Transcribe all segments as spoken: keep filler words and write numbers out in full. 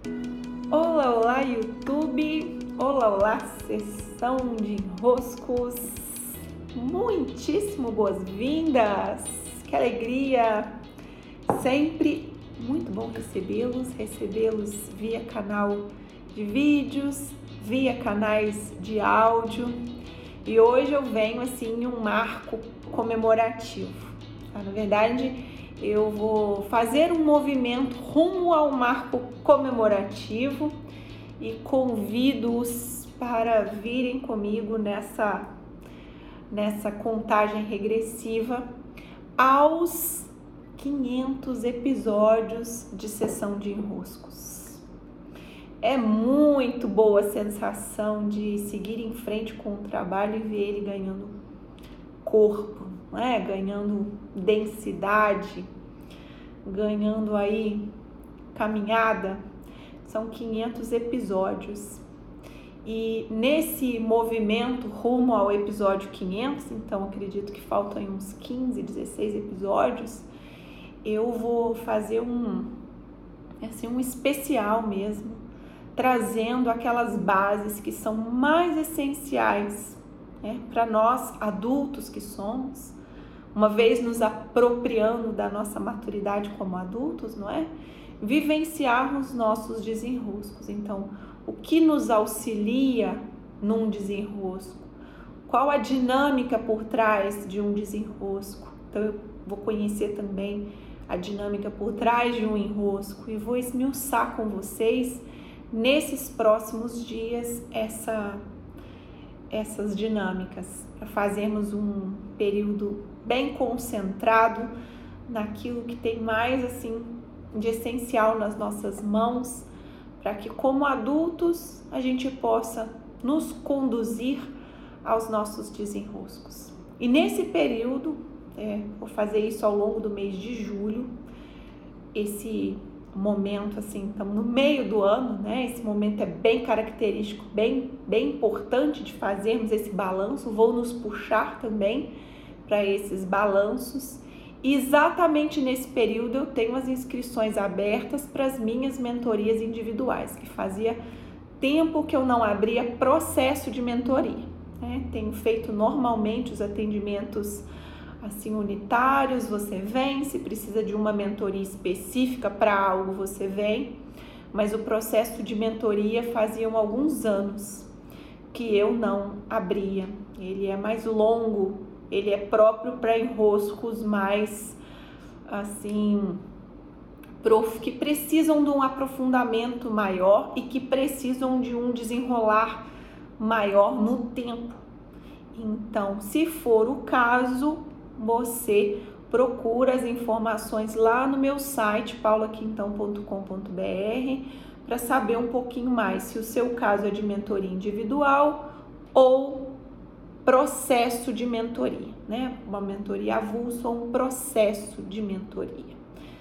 Olá, olá YouTube, olá, olá sessão de enroscos, muitíssimo boas-vindas, que alegria, sempre muito bom recebê-los, recebê-los via canal de vídeos, via canais de áudio e hoje eu venho assim em um marco comemorativo, tá? Na verdade eu vou fazer um movimento rumo ao marco comemorativo e convido-os para virem comigo nessa, nessa contagem regressiva aos quinhentos episódios de Sessão de Enroscos. É muito boa a sensação de seguir em frente com o trabalho e ver ele ganhando corpo, né? Ganhando densidade, ganhando aí caminhada. São quinhentos episódios e nesse movimento rumo ao episódio quinhentos, então acredito que faltam uns quinze, dezesseis episódios, eu vou fazer um, assim, um especial mesmo, trazendo aquelas bases que são mais essenciais, né, para nós adultos que somos, uma vez nos apropriando da nossa maturidade como adultos, não é? Vivenciarmos nossos desenroscos. Então, o que nos auxilia num desenrosco? Qual a dinâmica por trás de um desenrosco? Então, eu vou conhecer também a dinâmica por trás de um enrosco e vou esmiuçar com vocês nesses próximos dias essa, essas dinâmicas, para fazermos um período bem concentrado naquilo que tem mais assim de essencial nas nossas mãos, para que como adultos a gente possa nos conduzir aos nossos desenroscos. E nesse período, é, vou fazer isso ao longo do mês de julho, esse momento assim, estamos no meio do ano, né? Esse momento é bem característico, bem, bem importante de fazermos esse balanço, vou nos puxar também para esses balanços. E exatamente nesse período eu tenho as inscrições abertas para as minhas mentorias individuais, que fazia tempo que eu não abria processo de mentoria, né? Tenho feito normalmente os atendimentos assim unitários, você vem, se precisa de uma mentoria específica para algo, você vem, mas o processo de mentoria faziam alguns anos que eu não abria, ele é mais longo, ele é próprio para enroscos mais, assim, prof, que precisam de um aprofundamento maior e que precisam de um desenrolar maior no tempo. Então, se for o caso, você procura as informações lá no meu site, paula quintão ponto com ponto b r, para saber um pouquinho mais se o seu caso é de mentoria individual ou processo de mentoria, né? Uma mentoria avulsa ou um processo de mentoria.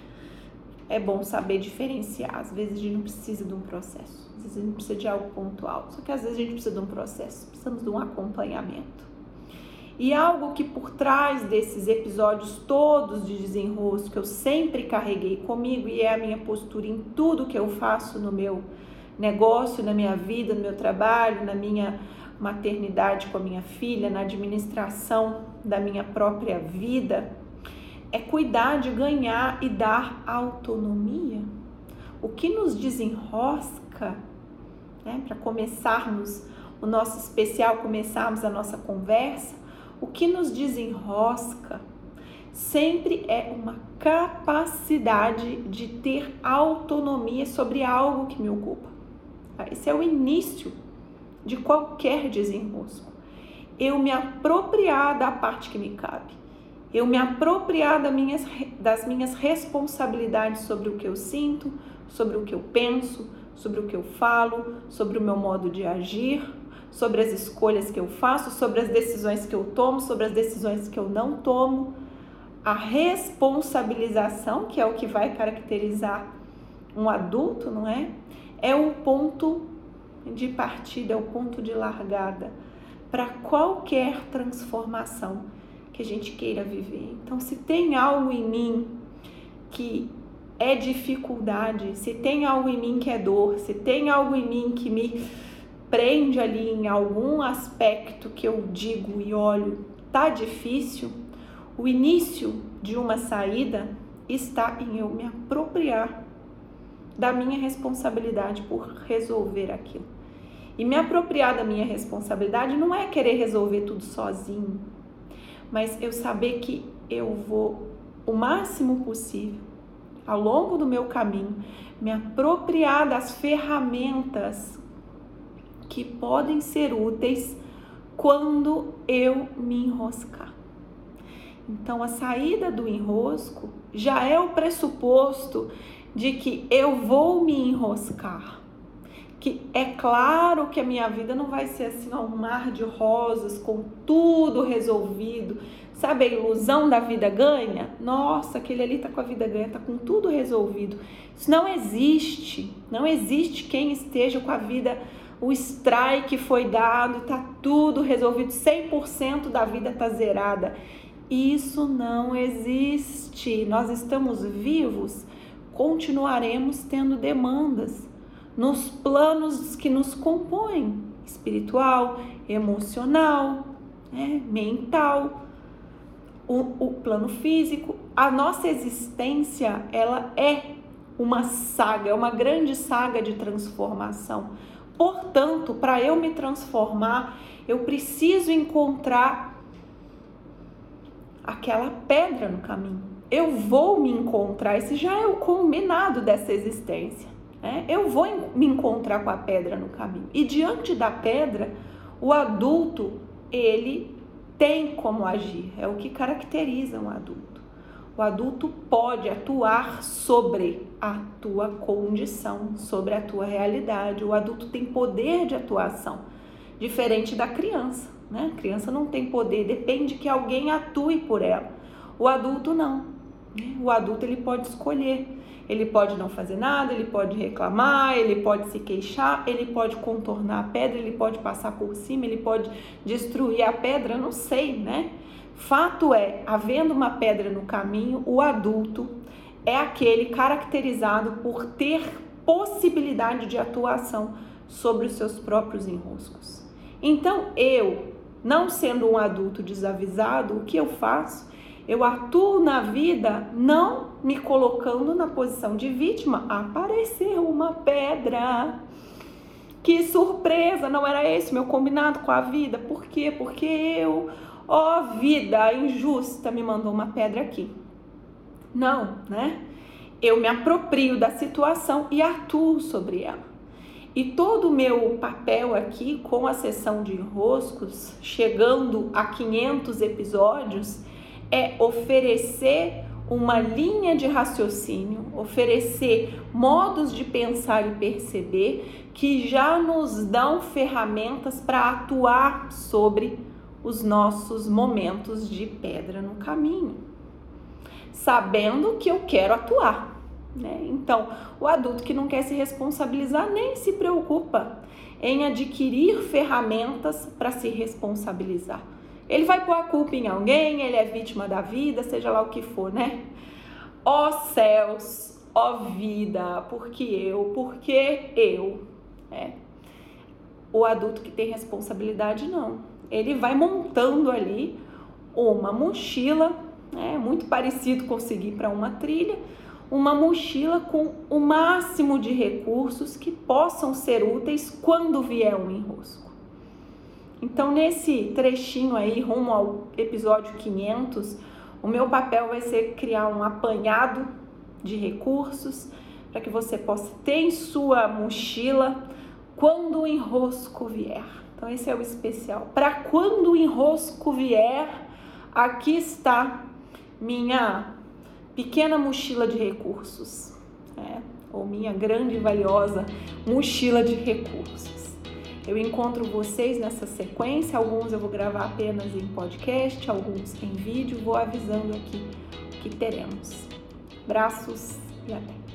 É bom saber diferenciar. Às vezes a gente não precisa de um processo, às vezes a gente precisa de algo pontual, só que às vezes a gente precisa de um processo, precisamos de um acompanhamento. E algo que por trás desses episódios todos de desenrosco eu sempre carreguei comigo e é a minha postura em tudo que eu faço no meu negócio, na minha vida, no meu trabalho, na minha maternidade com a minha filha, na administração da minha própria vida, é cuidar de ganhar e dar autonomia. O que nos desenrosca, né, para começarmos o nosso especial, começarmos a nossa conversa, o que nos desenrosca sempre é uma capacidade de ter autonomia sobre algo que me ocupa. Esse é o início de qualquer desenrosco. Eu me apropriar da parte que me cabe. Eu me apropriar das minhas, das minhas responsabilidades sobre o que eu sinto, sobre o que eu penso, sobre o que eu falo, sobre o meu modo de agir, sobre as escolhas que eu faço, sobre as decisões que eu tomo, sobre as decisões que eu não tomo. A responsabilização, que é o que vai caracterizar um adulto, não é? É o ponto de partida, é o ponto de largada para qualquer transformação que a gente queira viver. Então, se tem algo em mim que é dificuldade, se tem algo em mim que é dor, se tem algo em mim que me prende ali em algum aspecto que eu digo e olho, tá difícil, o início de uma saída está em eu me apropriar da minha responsabilidade por resolver aquilo. E me apropriar da minha responsabilidade não é querer resolver tudo sozinho, mas eu saber que eu vou o máximo possível, ao longo do meu caminho, me apropriar das ferramentas que podem ser úteis quando eu me enroscar. Então, a saída do enrosco já é o pressuposto de que eu vou me enroscar. Que é claro que a minha vida não vai ser assim, ó, um mar de rosas, com tudo resolvido. Sabe a ilusão da vida ganha? Nossa, aquele ali tá com a vida ganha, tá com tudo resolvido. Isso não existe. Não existe quem esteja com a vida, o strike foi dado e tá tudo resolvido, cem por cento da vida tá zerada. Isso não existe. Nós estamos vivos, continuaremos tendo demandas nos planos que nos compõem, espiritual, emocional, né, mental, o, o plano físico. A nossa existência, ela é uma saga, é uma grande saga de transformação. Portanto, para eu me transformar, eu preciso encontrar aquela pedra no caminho. Eu vou me encontrar, esse já é o combinado dessa existência. É, eu vou me encontrar com a pedra no caminho. E diante da pedra, o adulto, ele tem como agir. É o que caracteriza um adulto. O adulto pode atuar sobre a tua condição, sobre a tua realidade. O adulto tem poder de atuação, diferente da criança, né? A criança não tem poder, depende que alguém atue por ela. O adulto não. O adulto, ele pode escolher. Ele pode não fazer nada, ele pode reclamar, ele pode se queixar, ele pode contornar a pedra, ele pode passar por cima, ele pode destruir a pedra, não sei, né? Fato é, havendo uma pedra no caminho, o adulto é aquele caracterizado por ter possibilidade de atuação sobre os seus próprios enroscos. Então, eu, não sendo um adulto desavisado, o que eu faço? Eu atuo na vida não me colocando na posição de vítima. Apareceu uma pedra. Que surpresa, não era esse meu combinado com a vida. Por quê? Porque eu, ó vida injusta, me mandou uma pedra aqui. Não, né? Eu me aproprio da situação e atuo sobre ela. E todo o meu papel aqui com a sessão de enroscos, chegando a quinhentos episódios, é oferecer uma linha de raciocínio, oferecer modos de pensar e perceber que já nos dão ferramentas para atuar sobre os nossos momentos de pedra no caminho, sabendo que eu quero atuar, né? Então, o adulto que não quer se responsabilizar nem se preocupa em adquirir ferramentas para se responsabilizar. Ele vai pôr a culpa em alguém, ele é vítima da vida, seja lá o que for, né? Ó céus, ó vida, porque eu, porque eu. É. O adulto que tem responsabilidade, não. Ele vai montando ali uma mochila, né? Muito parecido com seguir para uma trilha, uma mochila com o máximo de recursos que possam ser úteis quando vier um enrosco. Então, nesse trechinho aí, rumo ao episódio quinhentos, o meu papel vai ser criar um apanhado de recursos para que você possa ter em sua mochila quando o enrosco vier. Então, esse é o especial. Para quando o enrosco vier, aqui está minha pequena mochila de recursos, né? Ou minha grande e valiosa mochila de recursos. Eu encontro vocês nessa sequência, alguns eu vou gravar apenas em podcast, alguns em vídeo, vou avisando aqui o que teremos. Abraços e até!